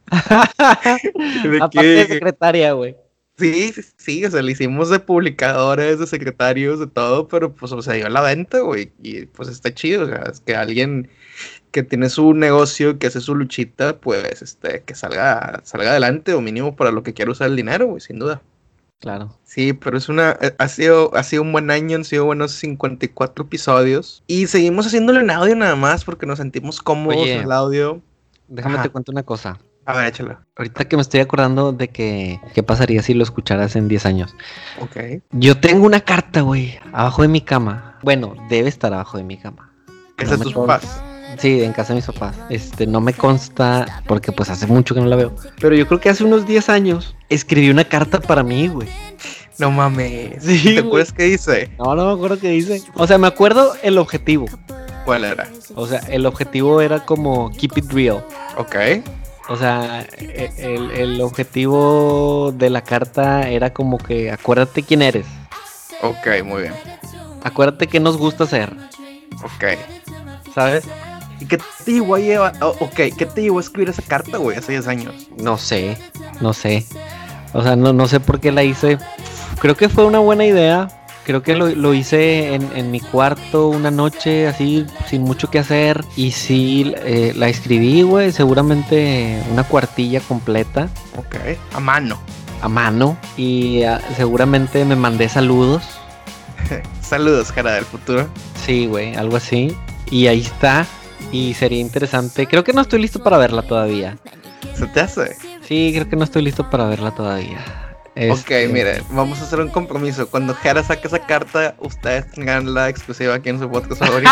Aparte de secretaria, güey. Sí, o sea, le hicimos de publicadores, de secretarios, de todo, pero pues, o sea, dio a la venta, güey. Y pues está chido, o sea, es que alguien que tiene su negocio, que hace su luchita, pues, que salga adelante, o mínimo para lo que quiera usar el dinero, güey, sin duda. Claro. Sí, pero ha sido un buen año, han sido buenos 54 episodios. Y seguimos haciéndolo en audio nada más, porque nos sentimos cómodos en el audio. Déjame te cuento una cosa. A ver, échalo. Ahorita que me estoy acordando de que qué pasaría si lo escucharas en 10 años. Ok. Yo tengo una carta, güey, abajo de mi cama. Bueno, debe estar abajo de mi cama. ¿Es de tus papás? Sí, en casa de mis papás. No me consta porque pues hace mucho que no la veo. Pero yo creo que hace unos 10 años escribí una carta para mí, güey. No mames. Sí, ¿te acuerdas qué dice? No me acuerdo qué dice. O sea, me acuerdo el objetivo. ¿Cuál era? O sea, el objetivo era como keep it real. Ok. O sea, el objetivo de la carta era como que acuérdate quién eres. Ok, muy bien. Acuérdate qué nos gusta hacer. Ok. ¿Sabes? ¿Y qué te llevó a llevar? ¿Qué te llevó a escribir esa carta, güey, hace 10 años? No sé. O sea, no sé por qué la hice. creo que fue una buena idea. Creo que lo hice en mi cuarto una noche, así, sin mucho que hacer. Y sí, la escribí, güey, seguramente una cuartilla completa. Ok, a mano. A mano. Y seguramente me mandé saludos. Saludos, cara del futuro. Sí, güey, algo así. Y ahí está. Y sería interesante. Creo que no estoy listo para verla todavía. ¿Se te hace? Sí, creo que no estoy listo para verla todavía. Ok, mire, vamos a hacer un compromiso. Cuando Jera saque esa carta, ustedes tengan la exclusiva aquí en su podcast favorito.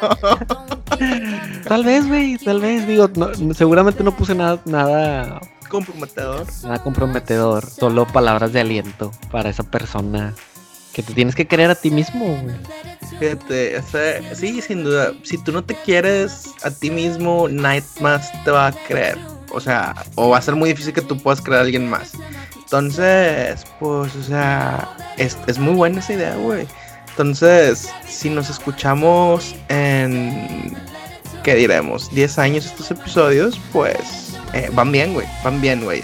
Tal vez, güey, tal vez. Digo, seguramente no puse nada Comprometedor. Nada comprometedor. Solo palabras de aliento para esa persona que te tienes que querer a ti mismo, güey. Fíjate, sí, sin duda. Si tú no te quieres a ti mismo, nadie más te va a creer. O sea, o va a ser muy difícil que tú puedas creer a alguien más. Entonces, pues, o sea, es muy buena esa idea, güey. Entonces, si nos escuchamos en, ¿qué diremos? 10 años estos episodios, pues, van bien, güey. Van bien, güey.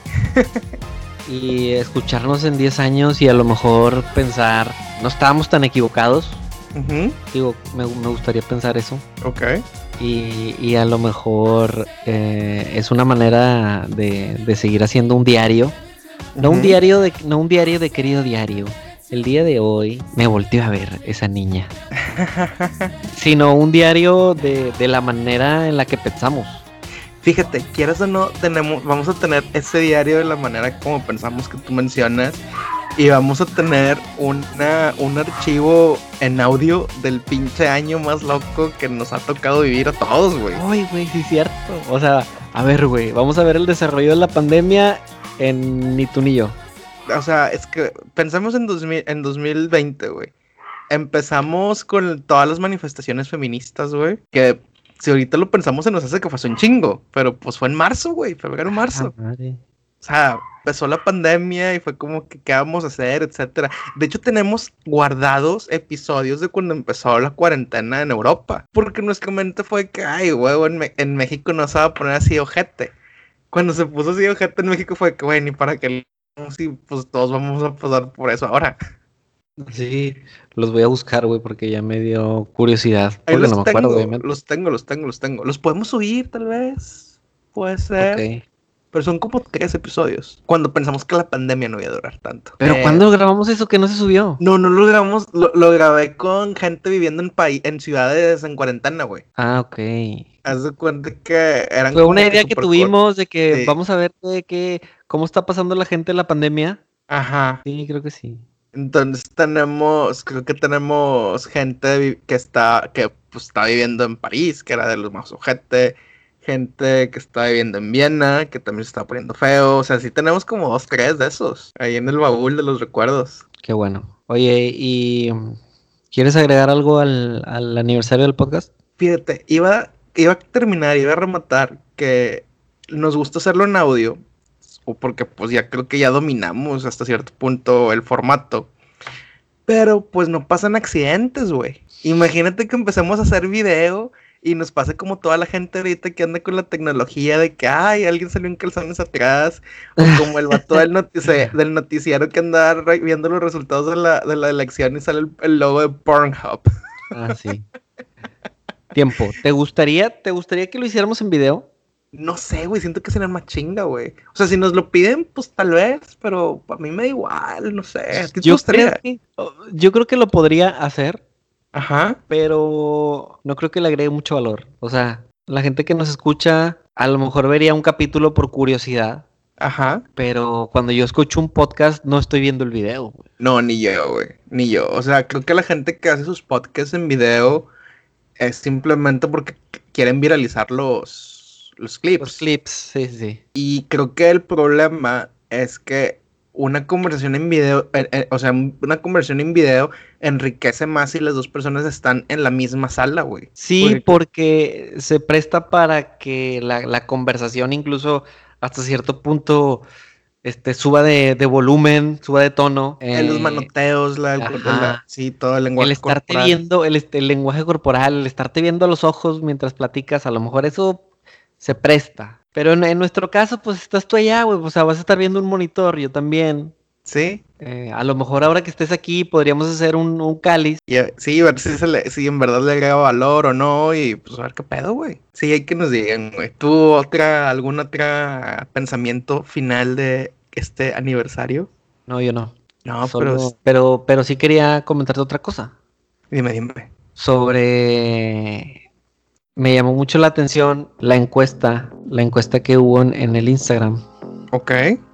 Y escucharnos en 10 años y a lo mejor pensar, no estábamos tan equivocados. Uh-huh. Digo, me gustaría pensar eso. Ok. Y a lo mejor es una manera de seguir haciendo un diario. No un diario de querido diario. El día de hoy me volteó a ver esa niña. Sino un diario de la manera en la que pensamos. Fíjate, quieras o no, vamos a tener ese diario de la manera como pensamos que tú mencionas. Y vamos a tener un archivo en audio del pinche año más loco que nos ha tocado vivir a todos, güey. Ay, güey, sí es cierto. O sea, a ver, güey, vamos a ver el desarrollo de la pandemia en ni tú ni yo. O sea, es que pensamos en 2020, güey. Empezamos con todas las manifestaciones feministas, güey. Que si ahorita lo pensamos se nos hace que fue hace un chingo. Pero pues fue en marzo, güey, febrero, marzo. Madre. O sea, empezó la pandemia y fue como que qué vamos a hacer, etcétera. De hecho, tenemos guardados episodios de cuando empezó la cuarentena en Europa. Porque nuestra mente fue que, ay, huevo, en México no se va a poner así ojete. Cuando se puso así ojete en México fue que, güey, ni para qué, sí, pues todos vamos a pasar por eso ahora. Sí, los voy a buscar, güey, porque ya me dio curiosidad. Ahí Porque no me acuerdo, obviamente. los tengo. Los podemos subir, tal vez. Puede ser. Ok. Pero son como 3 episodios. Cuando pensamos que la pandemia no iba a durar tanto. ¿Pero cuándo grabamos eso que no se subió? No lo grabamos. Lo grabé con gente viviendo en ciudades en cuarentena, güey. Ah, ok. Haz de cuenta que eran Fue como una idea que tuvimos de que sí. vamos a ver cómo está pasando la gente en la pandemia. Ajá. Sí, creo que sí. Entonces creo que tenemos gente que pues, está viviendo en París, que era de los más ojete. Gente que está viviendo en Viena, que también se está poniendo feo. O sea, sí tenemos como 2, 3 de esos ahí en el baúl de los recuerdos. Qué bueno. Oye, ¿y quieres agregar algo al aniversario del podcast? Fíjate, iba a rematar que nos gusta hacerlo en audio, o porque pues ya creo que ya dominamos hasta cierto punto el formato. Pero pues no pasan accidentes, güey. Imagínate que empecemos a hacer video y nos pase como toda la gente ahorita que anda con la tecnología de que, ay, alguien salió en calzones atrás, o como el vato del noticiero que anda viendo los resultados de la elección y sale el logo de Pornhub. Ah, sí. Tiempo. ¿Te gustaría que lo hiciéramos en video? No sé, güey, siento que sería más chinga, güey. O sea, si nos lo piden, pues tal vez, pero a mí me da igual, no sé. ¿A ti te gustaría? Yo creo que lo podría hacer. Ajá. Pero no creo que le agregue mucho valor. O sea, la gente que nos escucha a lo mejor vería un capítulo por curiosidad. Ajá. Pero cuando yo escucho un podcast no estoy viendo el video, güey. No, ni yo, güey. Ni yo. O sea, creo que la gente que hace sus podcasts en video es simplemente porque quieren viralizar los clips. Los clips, sí. Y creo que el problema es que una conversación en video, una conversación en video enriquece más si las dos personas están en la misma sala, güey. Sí, porque se presta para que la conversación incluso hasta cierto punto suba de volumen, suba de tono. Los manoteos, sí, todo el lenguaje corporal. Viendo el lenguaje corporal, el estarte viendo a los ojos mientras platicas, a lo mejor eso se presta. Pero en nuestro caso, pues estás tú allá, güey. O sea, vas a estar viendo un monitor, yo también. Sí. A lo mejor ahora que estés aquí podríamos hacer un cáliz. Sí, ver si en verdad le agrega valor o no, y pues a ver qué pedo, güey. Sí, hay que nos digan, güey. ¿Tú algún otro pensamiento final de este aniversario? No, yo no. No, pero Solo, pero sí quería comentarte otra cosa. dime. Sobre, me llamó mucho la atención la encuesta que hubo en el Instagram Ok.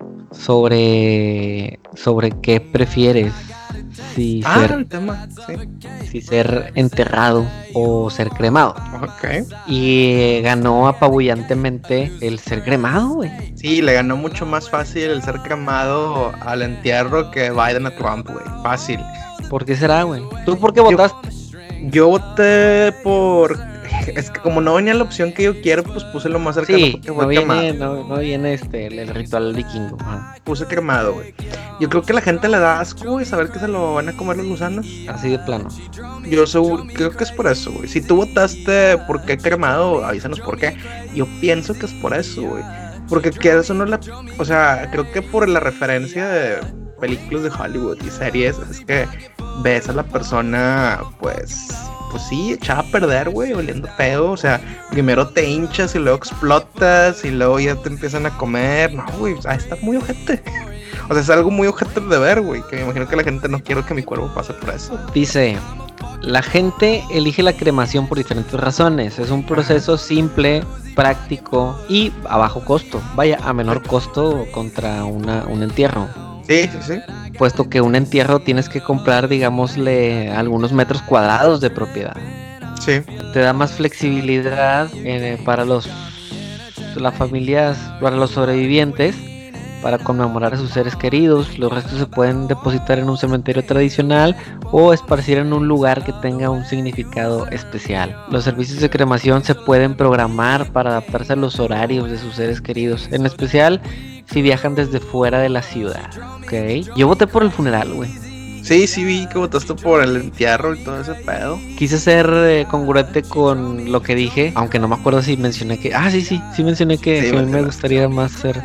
sobre qué prefieres, si Ah, ser, el tema, sí. si ser enterrado o ser cremado. Ok. Y ganó apabullantemente el ser cremado, güey. Sí, le ganó mucho más fácil el ser cremado al entierro que Biden a Trump, güey. Fácil. ¿Por qué será, güey? ¿Tú por qué Yo, votaste? yo voté por... Es que como no venía la opción que yo quiero, pues puse lo más cercano Sí, porque fue quemado. no viene el ritual vikingo. Ajá. Puse cremado, güey. Yo creo que la gente le da asco, güey, saber que se lo van a comer los gusanos. Así de plano. Yo creo que es por eso, güey. Si tú votaste por qué cremado, avísanos por qué. Yo pienso que es por eso, güey. Porque que eso no la... O sea, creo que por la referencia de películas de Hollywood y series, es que ves a la persona, pues sí, echada a perder, güey, oliendo feo. O sea, primero te hinchas y luego explotas y luego ya te empiezan a comer. No, güey, o sea, está muy ojete. O sea, es algo muy ojete de ver, güey. Que me imagino que la gente no quiere que mi cuerpo pase por eso. Dice, la gente elige la cremación por diferentes razones. Es un proceso simple, práctico y a bajo costo. Vaya, a menor costo contra un entierro. Sí, sí, sí. Puesto que un entierro tienes que comprar, digámosle, algunos metros cuadrados de propiedad. Sí. Te da más flexibilidad para las familias, para los sobrevivientes, para conmemorar a sus seres queridos. Los restos se pueden depositar en un cementerio tradicional o esparcir en un lugar que tenga un significado especial. Los servicios de cremación se pueden programar para adaptarse a los horarios de sus seres queridos, en especial si viajan desde fuera de la ciudad. Ok, yo voté por el funeral, güey. Sí, sí vi que votaste por el entierro y todo ese pedo. Quise ser congruente con lo que dije, aunque no me acuerdo si mencioné que... Ah, sí mencioné que, Sí, que a mí me gustaría más ser...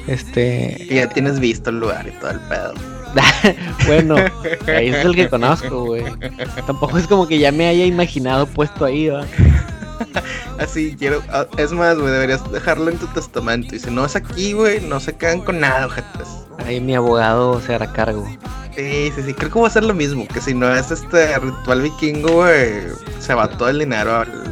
Y ya tienes visto el lugar y todo el pedo. Bueno, ahí es el que conozco, güey. Tampoco es como que ya me haya imaginado puesto ahí, ¿va? Así quiero. Es más, güey, deberías dejarlo en tu testamento. Y si no es aquí, güey, no se quedan con nada, ojetes. Ahí mi abogado se hará cargo. Sí. Creo que va a ser lo mismo. Que si no es este ritual vikingo, güey, se va todo el dinero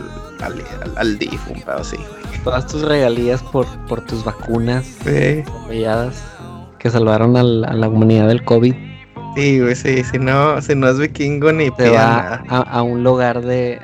al DIF, un pedo así, güey. Todas tus regalías por tus vacunas apoyadas que salvaron a la humanidad del COVID. Sí, güey, sí. Si no es vikingo, ni Se pidan va nada. a un hogar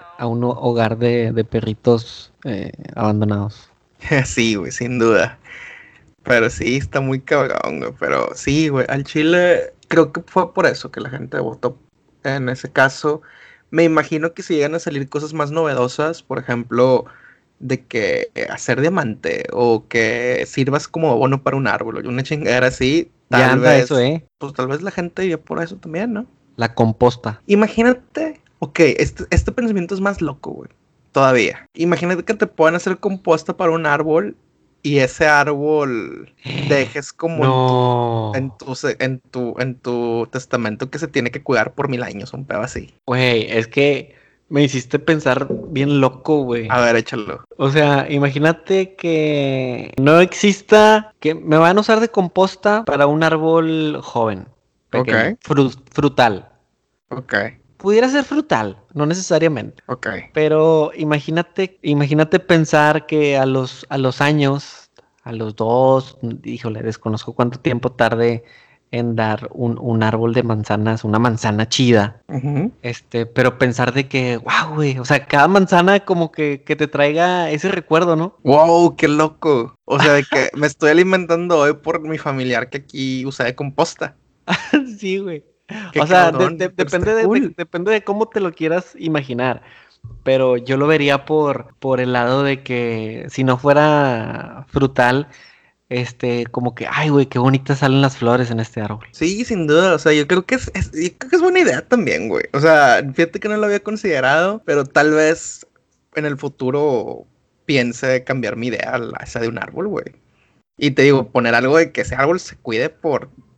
de perritos abandonados. Sí, güey, sin duda. Pero sí, está muy cabrón, güey. Pero sí, güey, al Chile creo que fue por eso que la gente votó en ese caso. Me imagino que si llegan a salir cosas más novedosas, por ejemplo, de que hacer diamante o que sirvas como abono para un árbol o una chingadera así, Ya anda eso, pues tal vez la gente iría por eso también, ¿no? La composta. Imagínate, ok, este pensamiento es más loco, güey. Todavía. Imagínate que te puedan hacer composta para un árbol y ese árbol dejes como No. en tu testamento que se tiene que cuidar por 1000 años, un pedo así. Güey, es que me hiciste pensar bien loco, güey. A ver, échalo. O sea, imagínate que no exista, que me van a usar de composta para un árbol joven, pequeño, Ok, frutal. ok, Pudiera ser frutal, no necesariamente. ok. Pero imagínate pensar que a los años, a los 2, híjole, desconozco cuánto tiempo tarde en dar un árbol de manzanas, una manzana chida. Ujú. Pero pensar de que, wow, güey, o sea, cada manzana como que te traiga ese recuerdo, ¿no? Wow, qué loco. O sea, de que me estoy alimentando hoy por mi familiar que aquí usa de composta. Sí, güey. Qué O sea, cabrón, pero está depende cool. depende de cómo te lo quieras imaginar. Pero yo lo vería por el lado de que si no fuera frutal, como que, ay, güey, qué bonitas salen las flores en este árbol. Sí, sin duda, o sea, yo creo que yo creo que es buena idea también, güey. O sea, fíjate que no lo había considerado, pero tal vez en el futuro piense cambiar mi idea a esa de un árbol, güey. Y te digo, poner algo de que ese árbol se cuide por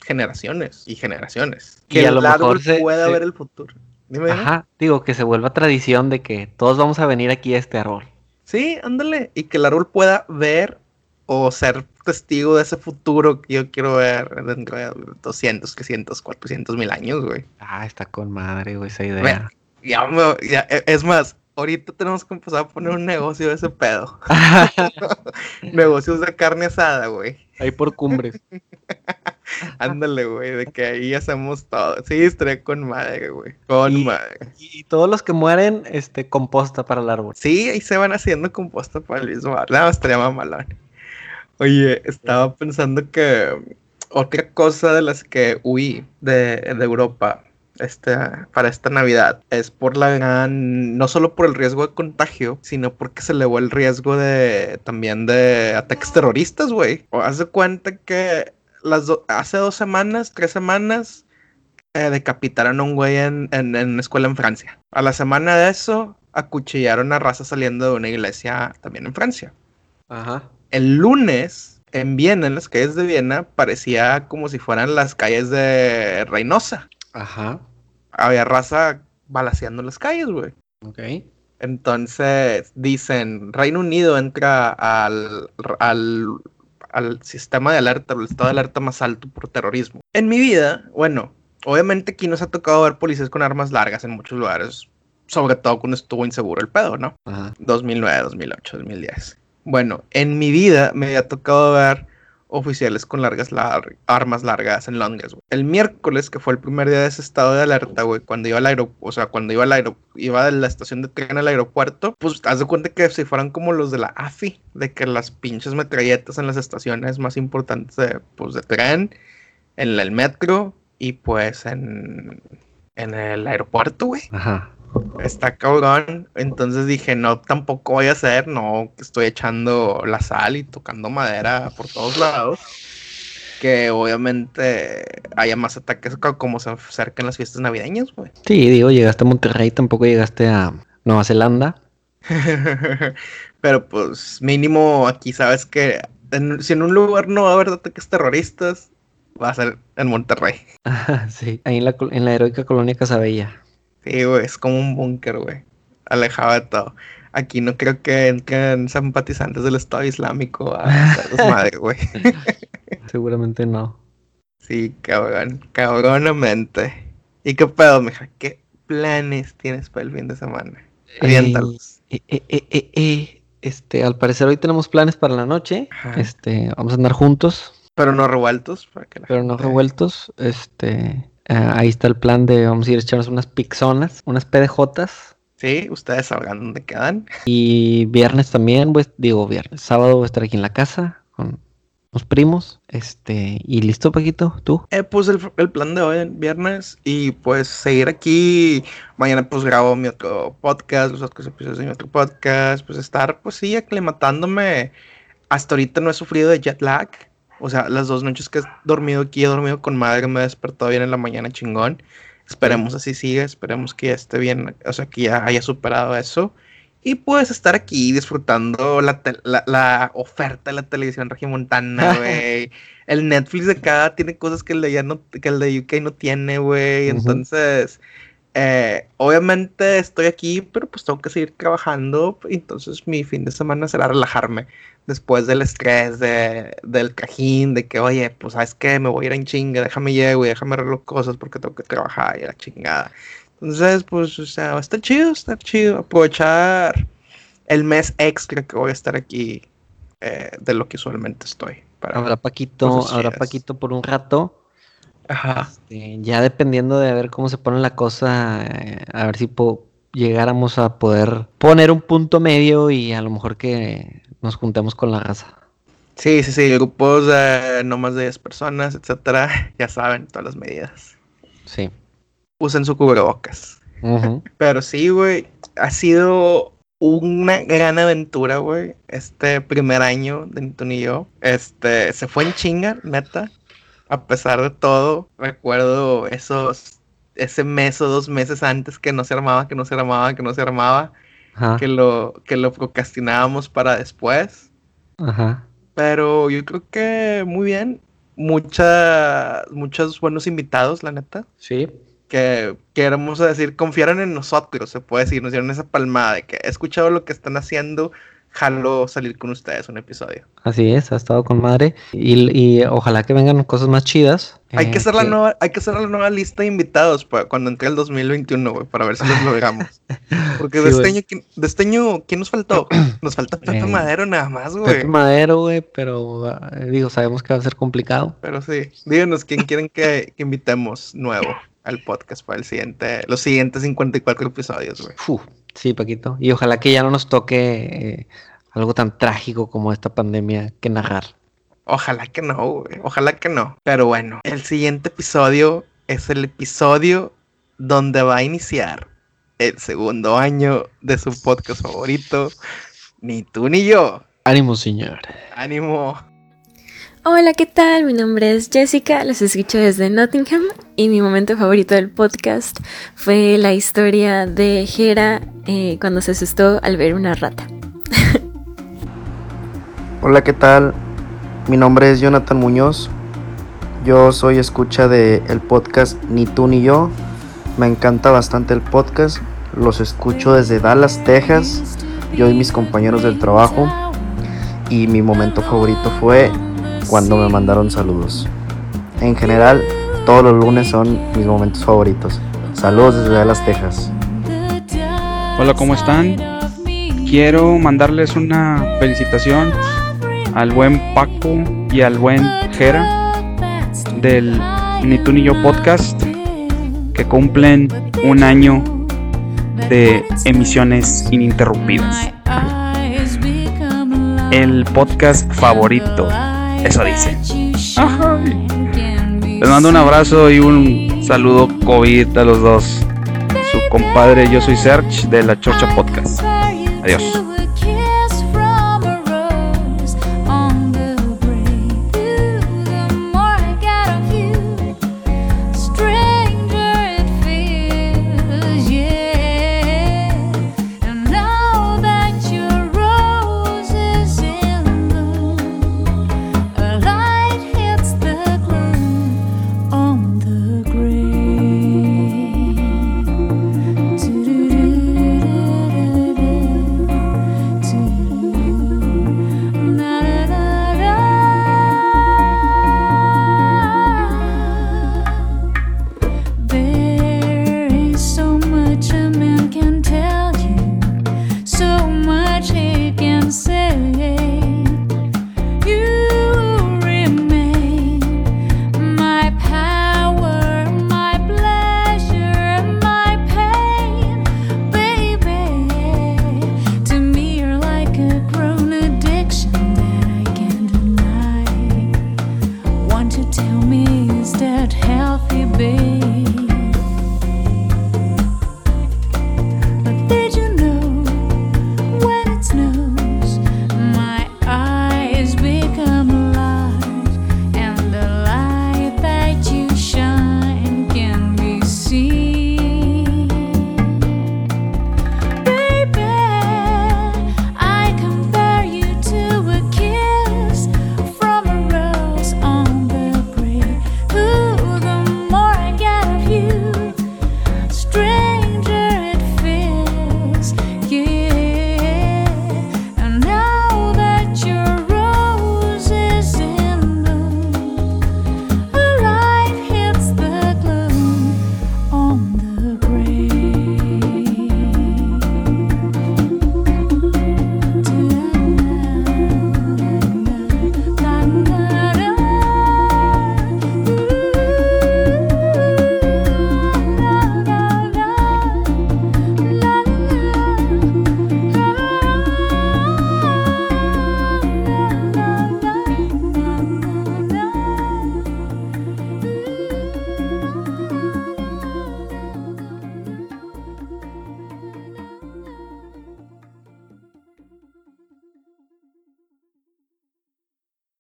generaciones y generaciones. Y Que a lo el árbol mejor pueda ver el futuro. Dime. ajá, digo, que se vuelva tradición de que todos vamos a venir aquí a este árbol. Sí, ándale. Y que el árbol pueda ver o ser testigo de ese futuro que yo quiero ver dentro de 200, 300, 400 mil años, güey. Ah, está con madre, güey, esa Ve, idea. es más, ahorita tenemos que empezar a poner un negocio de ese pedo. Negocios de carne asada, güey. Ahí por cumbres. Ándale, güey, de que ahí hacemos todo. Sí, estaría con madre, güey. Con Y, madre. y todos los que mueren, composta para el árbol. Sí, ahí se van haciendo composta para el mismo árbol. No, estaría mamalón. Oye, estaba pensando que otra cosa de las que huí de Europa para esta Navidad es por no solo por el riesgo de contagio, sino porque se elevó el riesgo también de ataques terroristas, güey. O haz de cuenta que hace 2 semanas, 3 semanas, decapitaron a un güey en una escuela en Francia. A la semana de eso, acuchillaron a raza saliendo de una iglesia también en Francia. Ajá. El lunes, en Viena, en las calles de Viena, parecía como si fueran las calles de Reynosa. Ajá. Había raza balaceando las calles, güey. Ok. Entonces, dicen, Reino Unido entra al sistema de alerta, al estado de alerta más alto por terrorismo. En mi vida, bueno, obviamente aquí nos ha tocado ver policías con armas largas en muchos lugares, sobre todo cuando estuvo inseguro el pedo, ¿no? Ajá. 2009, 2008, 2010. Bueno, en mi vida me había tocado ver oficiales con armas largas en Londres, güey. El miércoles, que fue el primer día de ese estado de alerta, güey, cuando iba iba de la estación de tren al aeropuerto, pues haz de cuenta que si fueran como los de la AFI, de que las pinches metralletas en las estaciones más importantes de tren, en el metro y pues en el aeropuerto, güey. Ajá. Está cabrón. Entonces dije, no, tampoco voy a hacer, no, que estoy echando la sal y tocando madera por todos lados. Que obviamente haya más ataques como se acercan las fiestas navideñas, güey. Sí, digo, llegaste a Monterrey, tampoco llegaste a Nueva Zelanda. Pero pues mínimo aquí sabes que si en un lugar no va a haber ataques terroristas, va a ser en Monterrey. Ajá, sí, ahí en la heroica colonia Casabella. Sí, güey, es como un búnker, güey. Alejado de todo. Aquí no creo que entren simpatizantes del Estado Islámico a hacer desmadre, güey. Seguramente no. Sí, cabrón, cabronamente. ¿Y qué pedo, mija? ¿Qué planes tienes para el fin de semana? Aviéntalos. Al parecer hoy tenemos planes para la noche. Ajá. Vamos a andar juntos, Pero no revueltos, para que la pero no gente... revueltos. Ahí está el plan de vamos a ir a echarnos unas pixonas, unas PDJs. Sí, ustedes sabrán dónde quedan. Y viernes también, pues, digo viernes. Sábado voy a estar aquí en la casa con los primos. Y listo, Paquito, ¿tú? Pues el plan de hoy, el viernes, y pues seguir aquí. Mañana pues grabo mi otro podcast, los otros episodios de mi otro podcast, pues estar pues sí aclimatándome. Hasta ahorita no he sufrido de jet lag. O sea, las 2 noches que he dormido aquí, he dormido con madre, me he despertado bien en la mañana, chingón. Esperemos así siga, esperemos que ya esté bien, o sea, que ya haya superado eso. Y pues estar aquí disfrutando la oferta de la televisión regiomontana, güey. El Netflix de acá tiene cosas que el de allá no, que el de UK no tiene, güey. Ujú. Entonces, obviamente estoy aquí, pero pues tengo que seguir trabajando. Entonces mi fin de semana será relajarme después del estrés del trajín, de que, oye, pues sabes qué, me voy a ir en chinga, déjame llego y déjame arreglar cosas porque tengo que trabajar y la chingada. Entonces, pues, o sea, va a estar chido aprovechar el mes extra que voy a estar aquí de lo que usualmente estoy para cosas Habrá chidas. Paquito por un rato. Ajá. Ya dependiendo de ver cómo se pone la cosa, a ver si llegáramos a poder poner un punto medio y a lo mejor que nos juntemos con la raza. Sí, sí, sí, grupos de no más de 10 personas, etcétera. Ya saben, todas las medidas. Sí. Usen su cubrebocas. Ujú. Pero sí, güey, ha sido una gran aventura, güey. Este primer año de Newton y yo. Se fue en chinga, neta. A pesar de todo, recuerdo ese mes o 2 meses antes que no se armaba, que no se armaba, que no se armaba, Ajá. que lo procrastinábamos para después. Ajá. Pero yo creo que muy bien. muchos buenos invitados, la neta. Sí. Que queremos decir, confiaron en nosotros, se puede decir, nos dieron esa palmada de que he escuchado lo que están haciendo, jalo salir con ustedes un episodio. Así es, ha estado con madre. Y ojalá que vengan cosas más chidas. Hay que hacer la nueva lista de invitados cuando entre el 2021, güey, para ver si los logramos. Porque Sí, de este año, ¿quién nos faltó? Nos falta Pepe Madero nada más, güey. Pepe Madero, güey, pero digo, sabemos que va a ser complicado. Pero sí, díganos quién quieren que invitemos nuevo al podcast para los siguientes 54 episodios, güey. Sí, Paquito. Y ojalá que ya no nos toque algo tan trágico como esta pandemia que narrar. Ojalá que no, güey. Ojalá que no. Pero bueno, el siguiente episodio es el episodio donde va a iniciar el segundo año de su podcast favorito. Ni tú ni yo. Ánimo, señor. Ánimo. Hola, ¿qué tal? Mi nombre es Jessica, los escucho desde Nottingham y mi momento favorito del podcast fue la historia de Hera cuando se asustó al ver una rata. Hola, ¿qué tal? Mi nombre es Jonathan Muñoz. Yo soy escucha del podcast Ni tú ni yo. Me encanta bastante el podcast. Los escucho desde Dallas, Texas. Yo y mis compañeros del trabajo. Y mi momento favorito fue cuando me mandaron saludos. En general, todos los lunes son mis momentos favoritos. Saludos desde Dallas, Texas. Hola, ¿cómo están? Quiero mandarles una felicitación al buen Paco y al buen Jera del Ni tú ni yo podcast, que cumplen un año de emisiones ininterrumpidas. El podcast favorito, eso dicen. Les mando un abrazo y un saludo COVID a los dos. Su compadre, yo soy Serge de La Chorcha Podcast. Adiós.